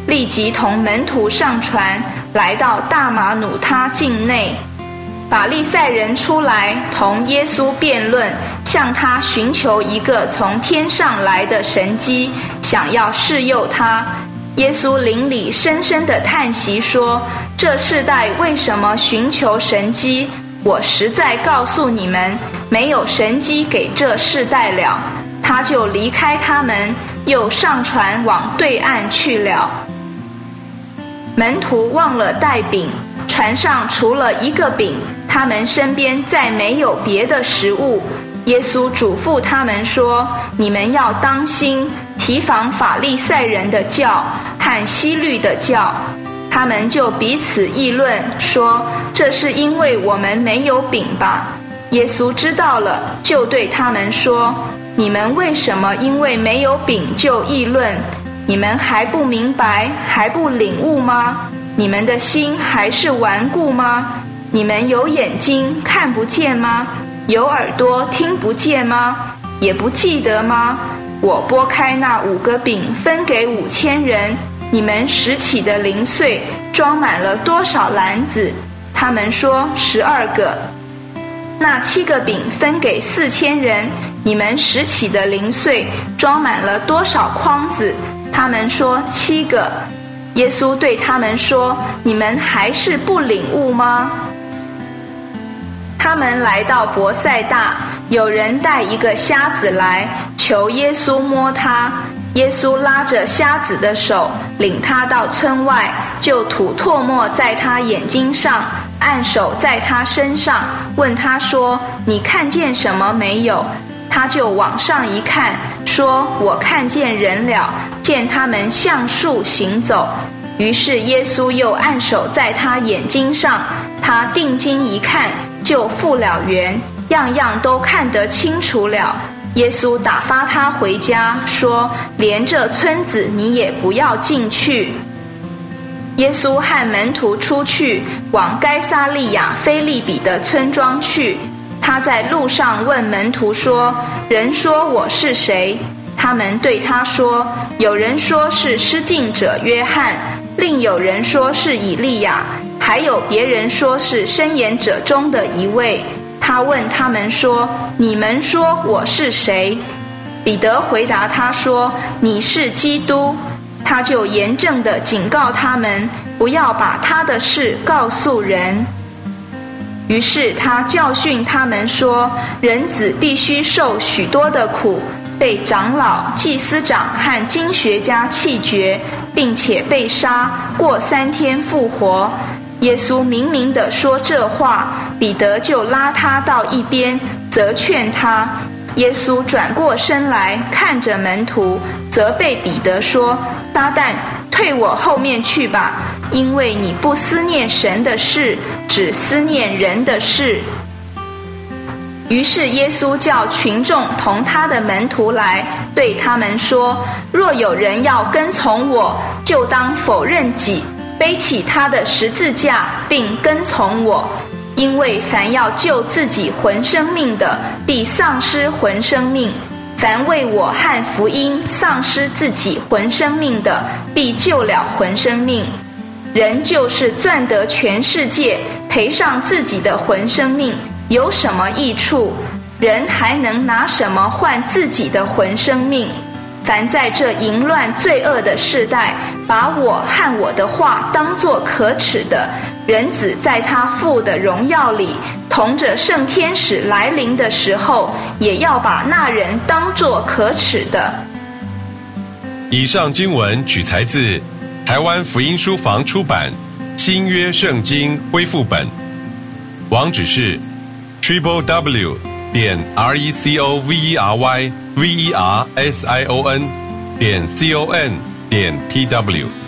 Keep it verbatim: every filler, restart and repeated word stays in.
立即同门徒上船，来到大马努他境内。法利赛人出来同耶稣辩论，向他寻求一个从天上来的神迹，想要试诱他。耶稣灵里深深地叹息说：这世代为什么寻求神迹？我实在告诉你们，没有神迹给这世代了。他就离开他们，又上船往对岸去了。门徒忘了带饼，船上除了一个饼，他们身边再没有别的食物。耶稣嘱咐他们说：你们要当心，提防法利赛人的教和希律的教。他们就彼此议论说：这是因为我们没有饼吧？耶稣知道了，就对他们说：你们为什么因为没有饼就议论？你们还不明白，还不领悟吗？你们的心还是顽固吗？你们有眼睛看不见吗？有耳朵听不见吗？也不记得吗？我拨开那五个饼分给五千人，你们拾起的零碎装满了多少篮子？他们说十二个。那七个饼分给四千人，你们拾起的零碎装满了多少筐子？他们说七个。耶稣对他们说：你们还是不领悟吗？他们来到伯赛大，有人带一个瞎子来，求耶稣摸他。耶稣拉着瞎子的手，领他到村外，就吐唾沫在他眼睛上，按手在他身上，问他说：你看见什么没有？他就往上一看，说：我看见人了，见他们像树行走。于是耶稣又按手在他眼睛上，他定睛一看，就复了原，样样都看得清楚了。耶稣打发他回家，说：连这村子你也不要进去。耶稣和门徒出去，往该撒利亚腓利比的村庄去。他在路上问门徒说：人说我是谁？他们对他说：有人说是施浸者约翰，另有人说是以利亚，还有别人说是申言者中的一位。他问他们说：你们说我是谁？彼得回答他说：你是基督。他就严正地警告他们，不要把他的事告诉人。于是他教训他们说：人子必须受许多的苦，被长老、祭司长和经学家弃绝，并且被杀，过三天复活。耶稣明明地说这话，彼得就拉他到一边，责劝他。耶稣转过身来，看着门徒，责备彼得说：撒旦，退我后面去吧，因为你不思念神的事，只思念人的事。于是耶稣叫群众同他的门徒来，对他们说：若有人要跟从我，就当否认己，背起他的十字架，并跟从我。因为凡要救自己魂生命的，必丧失魂生命；凡为我和福音丧失自己魂生命的，必救了魂生命。人就是赚得全世界，赔上自己的魂生命，有什么益处？人还能拿什么换自己的魂生命？凡在这淫乱罪恶的世代，把我和我的话当作可耻的，人子在他父的荣耀里，同着圣天使来临的时候，也要把那人当作可耻的。 以上经文取材自台湾福音书房出版新约圣经恢复本，网址是 triple w 点 r e c o v e r y v e r s i o n 点 c o n 点 t w。